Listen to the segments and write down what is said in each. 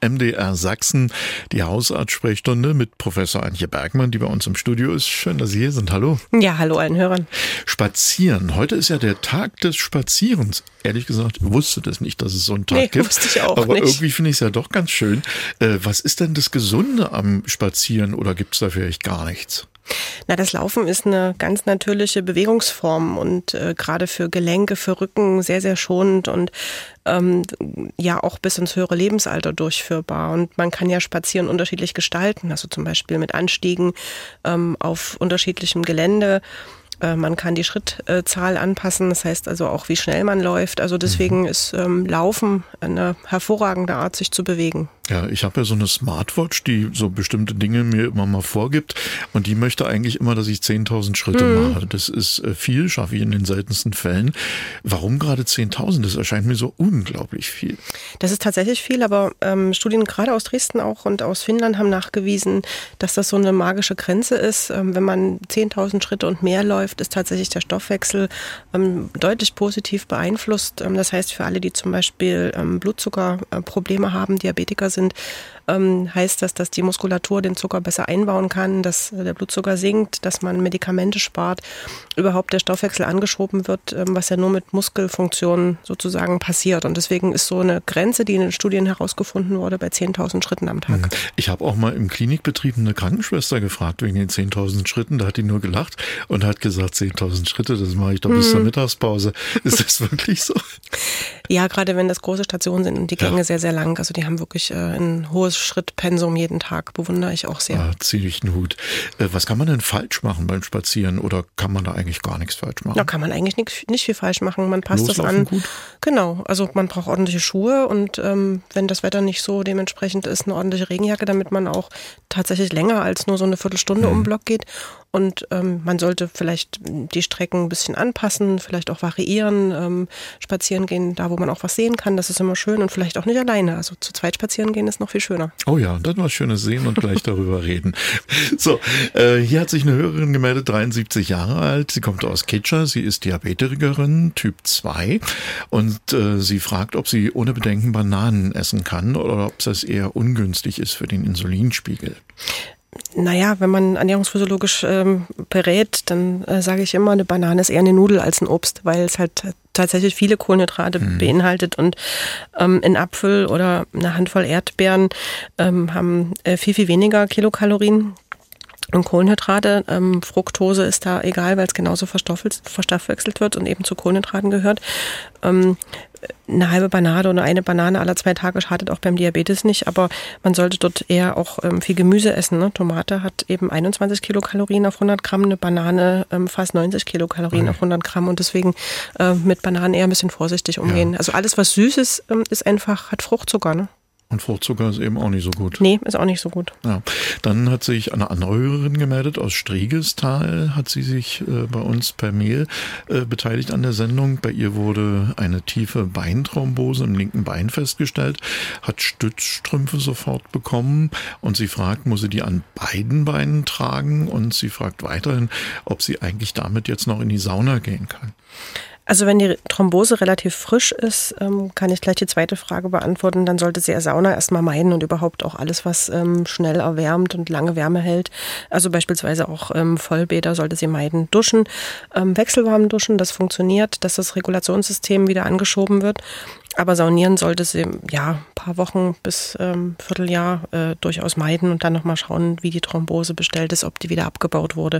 MDR Sachsen, die Hausarzt-Sprechstunde mit Professor Antje Bergmann, die bei uns im Studio ist. Schön, dass Sie hier sind. Hallo. Ja, hallo allen Hörern. Spazieren. Heute ist ja der Tag des Spazierens. Ehrlich gesagt, ich wusste das nicht, dass es so einen Tag gibt. Wusste ich auch aber nicht. Irgendwie finde ich es ja doch ganz schön. Was ist denn das Gesunde am Spazieren oder gibt es da vielleicht gar nichts? Na, das Laufen ist eine ganz natürliche Bewegungsform und gerade für Gelenke, für Rücken sehr, sehr schonend und ja auch bis ins höhere Lebensalter durchführbar. Und man kann ja Spazieren unterschiedlich gestalten, also zum Beispiel mit Anstiegen auf unterschiedlichem Gelände. Man kann die Schrittzahl anpassen, das heißt also auch, wie schnell man läuft. Also deswegen ist Laufen eine hervorragende Art, sich zu bewegen. Ja, ich habe ja so eine Smartwatch, die so bestimmte Dinge mir immer mal vorgibt und die möchte eigentlich immer, dass ich 10.000 Schritte mache. Das ist viel, schaffe ich in den seltensten Fällen. Warum gerade 10.000? Das erscheint mir so unglaublich viel. Das ist tatsächlich viel, aber Studien gerade aus Dresden auch und aus Finnland haben nachgewiesen, dass das so eine magische Grenze ist. Wenn man 10.000 Schritte und mehr läuft, ist tatsächlich der Stoffwechsel deutlich positiv beeinflusst. Das heißt, für alle, die zum Beispiel Blutzuckerprobleme haben, Diabetiker sind, heißt das, dass die Muskulatur den Zucker besser einbauen kann, dass der Blutzucker sinkt, dass man Medikamente spart, überhaupt der Stoffwechsel angeschoben wird, was ja nur mit Muskelfunktionen sozusagen passiert. Und deswegen ist so eine Grenze, die in den Studien herausgefunden wurde, bei 10.000 Schritten am Tag. Ich habe auch mal im Klinikbetrieb eine Krankenschwester gefragt wegen den 10.000 Schritten. Da hat die nur gelacht und hat gesagt, 10.000 Schritte, das mache ich doch bis zur Mittagspause. Ist das wirklich so? Ja, gerade wenn das große Stationen sind und die Gänge sehr, sehr lang. Also die haben wirklich ein hohes Schrittpensum jeden Tag. Bewundere ich auch sehr. Ja, ziemlich einen Hut. Was kann man denn falsch machen beim Spazieren oder kann man da eigentlich gar nichts falsch machen? Da kann man eigentlich nicht viel falsch machen. Man passt das Loslaufen an. Gut? Genau, also man braucht ordentliche Schuhe und wenn das Wetter nicht so dementsprechend ist, eine ordentliche Regenjacke, damit man auch tatsächlich länger als nur so eine Viertelstunde um den Block geht. Und man sollte vielleicht die Strecken ein bisschen anpassen, vielleicht auch variieren, spazieren gehen, da wo man auch was sehen kann, das ist immer schön und vielleicht auch nicht alleine. Also zu zweit spazieren gehen ist noch viel schöner. Oh ja, dann was Schönes sehen und gleich darüber reden. So, hier hat sich eine Hörerin gemeldet, 73 Jahre alt. Sie kommt aus Kitscher, sie ist Diabetikerin, Typ 2 und sie fragt, ob sie ohne Bedenken Bananen essen kann oder ob das eher ungünstig ist für den Insulinspiegel. Naja, wenn man ernährungsphysiologisch berät, dann sage ich immer, eine Banane ist eher eine Nudel als ein Obst, weil es halt tatsächlich viele Kohlenhydrate beinhaltet und ein Apfel oder eine Handvoll Erdbeeren haben viel, viel weniger Kilokalorien. Und Kohlenhydrate, Fructose ist da egal, weil es genauso verstoffwechselt wird und eben zu Kohlenhydraten gehört. Eine halbe Banane oder eine Banane alle 2 Tage schadet auch beim Diabetes nicht, aber man sollte dort eher auch viel Gemüse essen. Ne? Tomate hat eben 21 Kilokalorien auf 100 Gramm, eine Banane fast 90 Kilokalorien auf 100 Gramm und deswegen mit Bananen eher ein bisschen vorsichtig umgehen. Ja. Also alles, was süß ist, hat Fruchtzucker, ne? Und Fruchtzucker ist eben auch nicht so gut. Nee, ist auch nicht so gut. Ja. Dann hat sich eine andere Hörerin gemeldet aus Striegelstal, hat sie sich bei uns per Mail beteiligt an der Sendung. Bei ihr wurde eine tiefe Beinthrombose im linken Bein festgestellt, hat Stützstrümpfe sofort bekommen und sie fragt, muss sie die an beiden Beinen tragen? Und sie fragt weiterhin, ob sie eigentlich damit jetzt noch in die Sauna gehen kann. Also wenn die Thrombose relativ frisch ist, kann ich gleich die zweite Frage beantworten. Dann sollte sie ja Sauna erstmal meiden und überhaupt auch alles, was schnell erwärmt und lange Wärme hält. Also beispielsweise auch Vollbäder sollte sie meiden. Duschen, wechselwarm duschen, das funktioniert, dass das Regulationssystem wieder angeschoben wird. Aber saunieren sollte sie ein paar Wochen bis Vierteljahr durchaus meiden und dann nochmal schauen, wie die Thrombose bestellt ist, ob die wieder abgebaut wurde.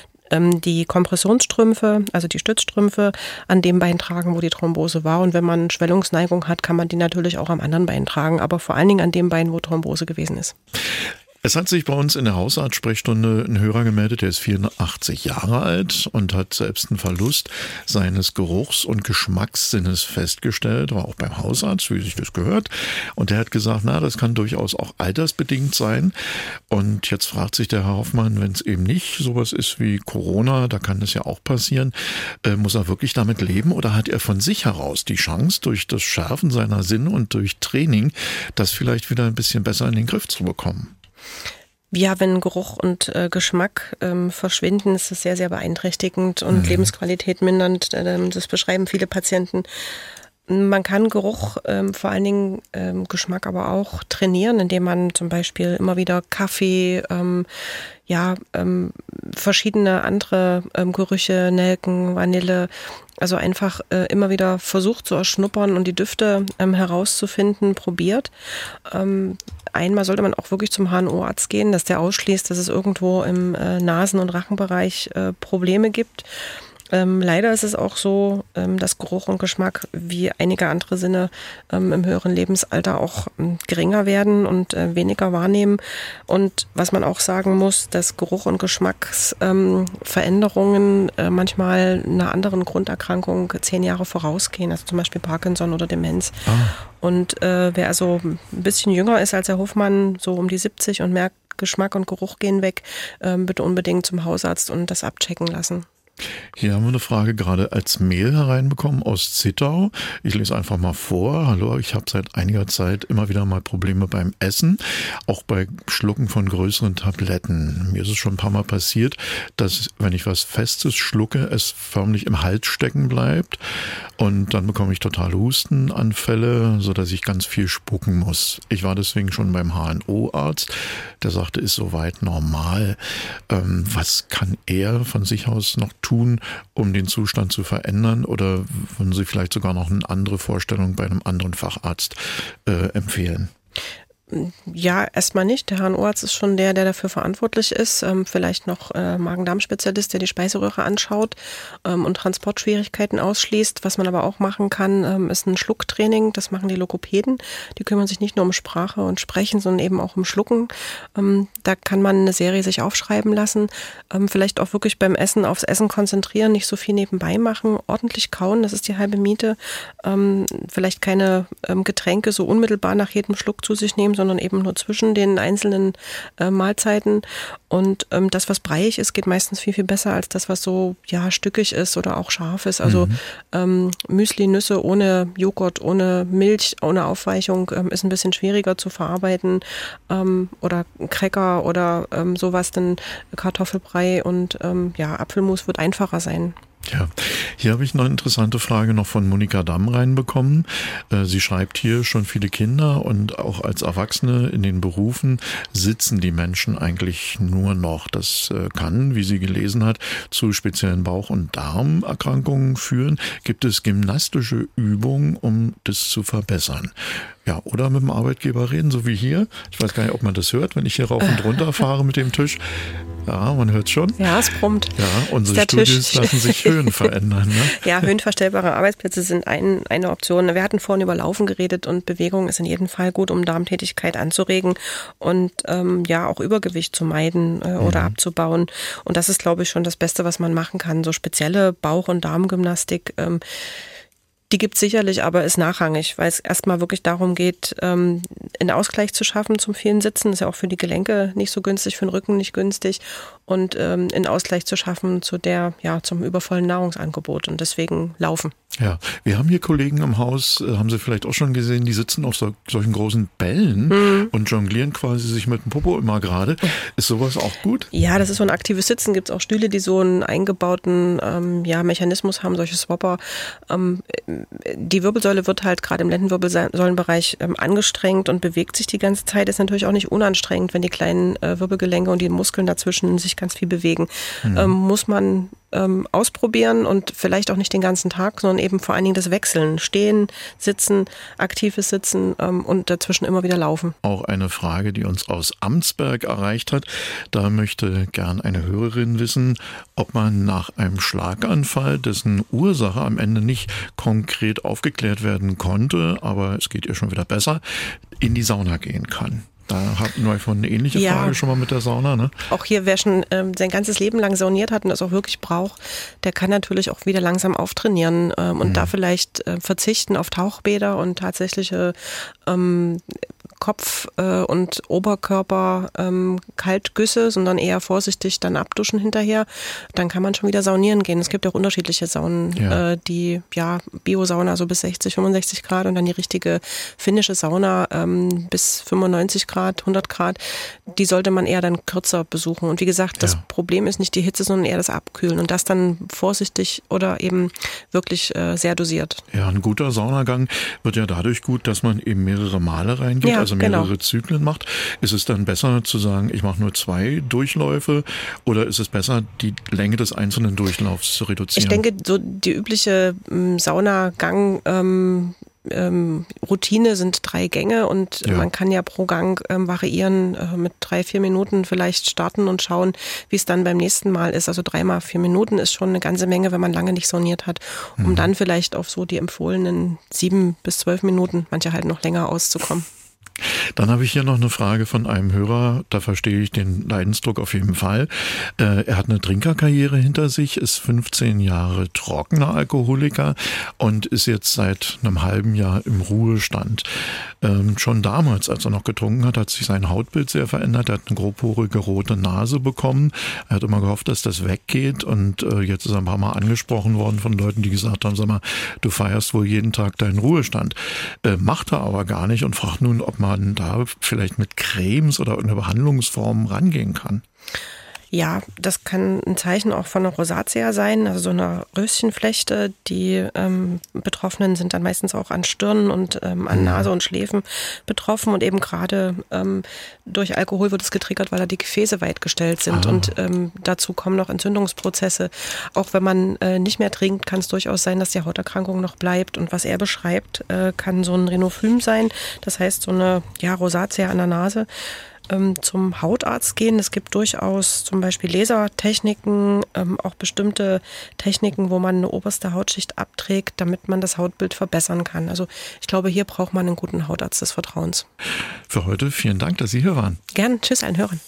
Die Kompressionsstrümpfe, also die Stützstrümpfe, an dem Bein tragen, wo die Thrombose war. Und wenn man Schwellungsneigung hat, kann man die natürlich auch am anderen Bein tragen, aber vor allen Dingen an dem Bein, wo Thrombose gewesen ist. Es hat sich bei uns in der Hausarzt-Sprechstunde ein Hörer gemeldet, der ist 84 Jahre alt und hat selbst einen Verlust seines Geruchs- und Geschmackssinnes festgestellt, war auch beim Hausarzt, wie sich das gehört. Und der hat gesagt, das kann durchaus auch altersbedingt sein. Und jetzt fragt sich der Herr Hoffmann, wenn es eben nicht sowas ist wie Corona, da kann das ja auch passieren, muss er wirklich damit leben oder hat er von sich heraus die Chance, durch das Schärfen seiner Sinne und durch Training, das vielleicht wieder ein bisschen besser in den Griff zu bekommen? Ja, wenn Geruch und Geschmack verschwinden, ist das sehr, sehr beeinträchtigend und Lebensqualität mindernd. Das beschreiben viele Patienten. Man kann Geruch, vor allen Dingen Geschmack aber auch trainieren, indem man zum Beispiel immer wieder Kaffee, verschiedene andere Gerüche, Nelken, Vanille, also einfach immer wieder versucht zu erschnuppern und die Düfte herauszufinden, probiert. Einmal sollte man auch wirklich zum HNO-Arzt gehen, dass der ausschließt, dass es irgendwo im Nasen- und Rachenbereich Probleme gibt. Leider ist es auch so, dass Geruch und Geschmack wie einige andere Sinne im höheren Lebensalter auch geringer werden und weniger wahrnehmen. Und was man auch sagen muss, dass Geruch und Geschmacksveränderungen manchmal einer anderen Grunderkrankung 10 Jahre vorausgehen, also zum Beispiel Parkinson oder Demenz. Und wer also ein bisschen jünger ist als Herr Hofmann, so um die 70 und merkt, Geschmack und Geruch gehen weg, bitte unbedingt zum Hausarzt und das abchecken lassen. Hier haben wir eine Frage gerade als Mail hereinbekommen aus Zittau. Ich lese einfach mal vor. Hallo, ich habe seit einiger Zeit immer wieder mal Probleme beim Essen, auch bei Schlucken von größeren Tabletten. Mir ist es schon ein paar Mal passiert, dass, wenn ich was Festes schlucke, es förmlich im Hals stecken bleibt und dann bekomme ich totale Hustenanfälle, sodass ich ganz viel spucken muss. Ich war deswegen schon beim HNO-Arzt, der sagte, ist soweit normal. Was kann er von sich aus noch tun, um den Zustand zu verändern, oder würden Sie vielleicht sogar noch eine andere Vorstellung bei einem anderen Facharzt empfehlen? Ja, erstmal nicht. Der HNO-Arzt ist schon der dafür verantwortlich ist. Vielleicht noch Magen-Darm-Spezialist, der die Speiseröhre anschaut und Transportschwierigkeiten ausschließt. Was man aber auch machen kann, ist ein Schlucktraining. Das machen die Logopäden. Die kümmern sich nicht nur um Sprache und Sprechen, sondern eben auch um Schlucken. Da kann man eine Serie sich aufschreiben lassen. Vielleicht auch wirklich beim Essen aufs Essen konzentrieren, nicht so viel nebenbei machen, ordentlich kauen, das ist die halbe Miete. Vielleicht keine Getränke so unmittelbar nach jedem Schluck zu sich nehmen, sondern eben nur zwischen den einzelnen Mahlzeiten. Und das, was breiig ist, geht meistens viel, viel besser als das, was so stückig ist oder auch scharf ist. Also Müsli, Nüsse ohne Joghurt, ohne Milch, ohne Aufweichung ist ein bisschen schwieriger zu verarbeiten. Oder Cracker oder sowas, dann Kartoffelbrei und Apfelmus wird einfacher sein. Ja, hier habe ich noch eine interessante Frage noch von Monika Damm reinbekommen. Sie schreibt hier, schon viele Kinder und auch als Erwachsene in den Berufen sitzen die Menschen eigentlich nur noch. Das kann, wie sie gelesen hat, zu speziellen Bauch- und Darmerkrankungen führen. Gibt es gymnastische Übungen, um das zu verbessern? Ja, oder mit dem Arbeitgeber reden, so wie hier. Ich weiß gar nicht, ob man das hört, wenn ich hier rauf und runter fahre mit dem Tisch. Ja, man hört schon. Ja, es brummt. Ja, unsere Studis lassen sich Höhen verändern. Ne? Ja, höhenverstellbare Arbeitsplätze sind eine Option. Wir hatten vorhin über Laufen geredet und Bewegung ist in jedem Fall gut, um Darmtätigkeit anzuregen und auch Übergewicht zu meiden oder abzubauen. Und das ist, glaube ich, schon das Beste, was man machen kann. So spezielle Bauch- und Darmgymnastik, die gibt es sicherlich, aber ist nachrangig, weil es erstmal wirklich darum geht, einen Ausgleich zu schaffen zum vielen Sitzen. Das ist ja auch für die Gelenke nicht so günstig, für den Rücken nicht günstig. Und einen Ausgleich zu schaffen zum übervollen Nahrungsangebot und deswegen Laufen. Ja, wir haben hier Kollegen im Haus, haben Sie vielleicht auch schon gesehen, die sitzen auf solchen großen Bällen und jonglieren quasi sich mit dem Popo immer gerade. Ist sowas auch gut? Ja, das ist so ein aktives Sitzen. Gibt es auch Stühle, die so einen eingebauten Mechanismus haben, solche Swapper. Die Wirbelsäule wird halt gerade im Lendenwirbelsäulenbereich angestrengt und bewegt sich die ganze Zeit. Ist natürlich auch nicht unanstrengend, wenn die kleinen Wirbelgelenke und die Muskeln dazwischen sich ganz viel bewegen. Muss man ausprobieren und vielleicht auch nicht den ganzen Tag, sondern eben vor allen Dingen das Wechseln. Stehen, sitzen, aktives Sitzen und dazwischen immer wieder laufen. Auch eine Frage, die uns aus Amtsberg erreicht hat. Da möchte gern eine Hörerin wissen, ob man nach einem Schlaganfall, dessen Ursache am Ende nicht konkret aufgeklärt werden konnte, aber es geht ihr schon wieder besser, in die Sauna gehen kann. Da hatten wir von eine ähnliche Frage schon mal mit der Sauna, ne? Auch hier, wer schon sein ganzes Leben lang sauniert hat und das auch wirklich braucht, der kann natürlich auch wieder langsam auftrainieren und da vielleicht verzichten auf Tauchbäder und tatsächliche Kopf und Oberkörper Kaltgüsse, sondern eher vorsichtig dann abduschen hinterher. Dann kann man schon wieder saunieren gehen. Es gibt auch unterschiedliche Saunen, die Biosauna so bis 60, 65 Grad und dann die richtige finnische Sauna bis 95 Grad, 100 Grad. Die sollte man eher dann kürzer besuchen. Und wie gesagt, das Problem ist nicht die Hitze, sondern eher das Abkühlen und das dann vorsichtig oder eben wirklich sehr dosiert. Ja, ein guter Saunagang wird ja dadurch gut, dass man eben mehrere Male reingeht, also mehrere Zyklen macht. Ist es dann besser zu sagen, ich mache nur 2 Durchläufe oder ist es besser, die Länge des einzelnen Durchlaufs zu reduzieren? Ich denke, so die übliche Saunagang Routine sind 3 Gänge und man kann ja pro Gang variieren, mit 3-4 Minuten vielleicht starten und schauen, wie es dann beim nächsten Mal ist. Also 3 mal 4 Minuten ist schon eine ganze Menge, wenn man lange nicht sauniert hat, um dann vielleicht auf so die empfohlenen 7 bis 12 Minuten, manche halt noch länger auszukommen. Dann habe ich hier noch eine Frage von einem Hörer, da verstehe ich den Leidensdruck auf jeden Fall. Er hat eine Trinkerkarriere hinter sich, ist 15 Jahre trockener Alkoholiker und ist jetzt seit einem halben Jahr im Ruhestand. Schon damals, als er noch getrunken hat, hat sich sein Hautbild sehr verändert. Er hat eine grobporige rote Nase bekommen. Er hat immer gehofft, dass das weggeht und jetzt ist er ein paar Mal angesprochen worden von Leuten, die gesagt haben, sag mal, du feierst wohl jeden Tag deinen Ruhestand. Macht er aber gar nicht und fragt nun, ob man da vielleicht mit Cremes oder eine Behandlungsform rangehen kann. Ja, das kann ein Zeichen auch von einer Rosatia sein, also so einer Röschenflechte. Die Betroffenen sind dann meistens auch an Stirn und an Nase und Schläfen betroffen und eben gerade durch Alkohol wird es getriggert, weil da die Gefäße weit gestellt sind und dazu kommen noch Entzündungsprozesse. Auch wenn man nicht mehr trinkt, kann es durchaus sein, dass die Hauterkrankung noch bleibt und was er beschreibt, kann so ein Rhinophym sein, das heißt so eine Rosatia an der Nase. Zum Hautarzt gehen. Es gibt durchaus zum Beispiel Lasertechniken, auch bestimmte Techniken, wo man eine oberste Hautschicht abträgt, damit man das Hautbild verbessern kann. Also ich glaube, hier braucht man einen guten Hautarzt des Vertrauens. Für heute vielen Dank, dass Sie hier waren. Gern. Tschüss allen Hörern.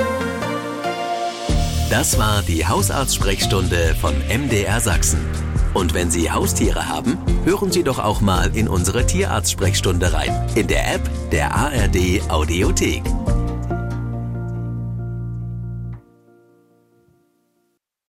Das war die Hausarzt-Sprechstunde von MDR Sachsen. Und wenn Sie Haustiere haben, hören Sie doch auch mal in unsere Tierarzt-Sprechstunde rein. In der App der ARD Audiothek.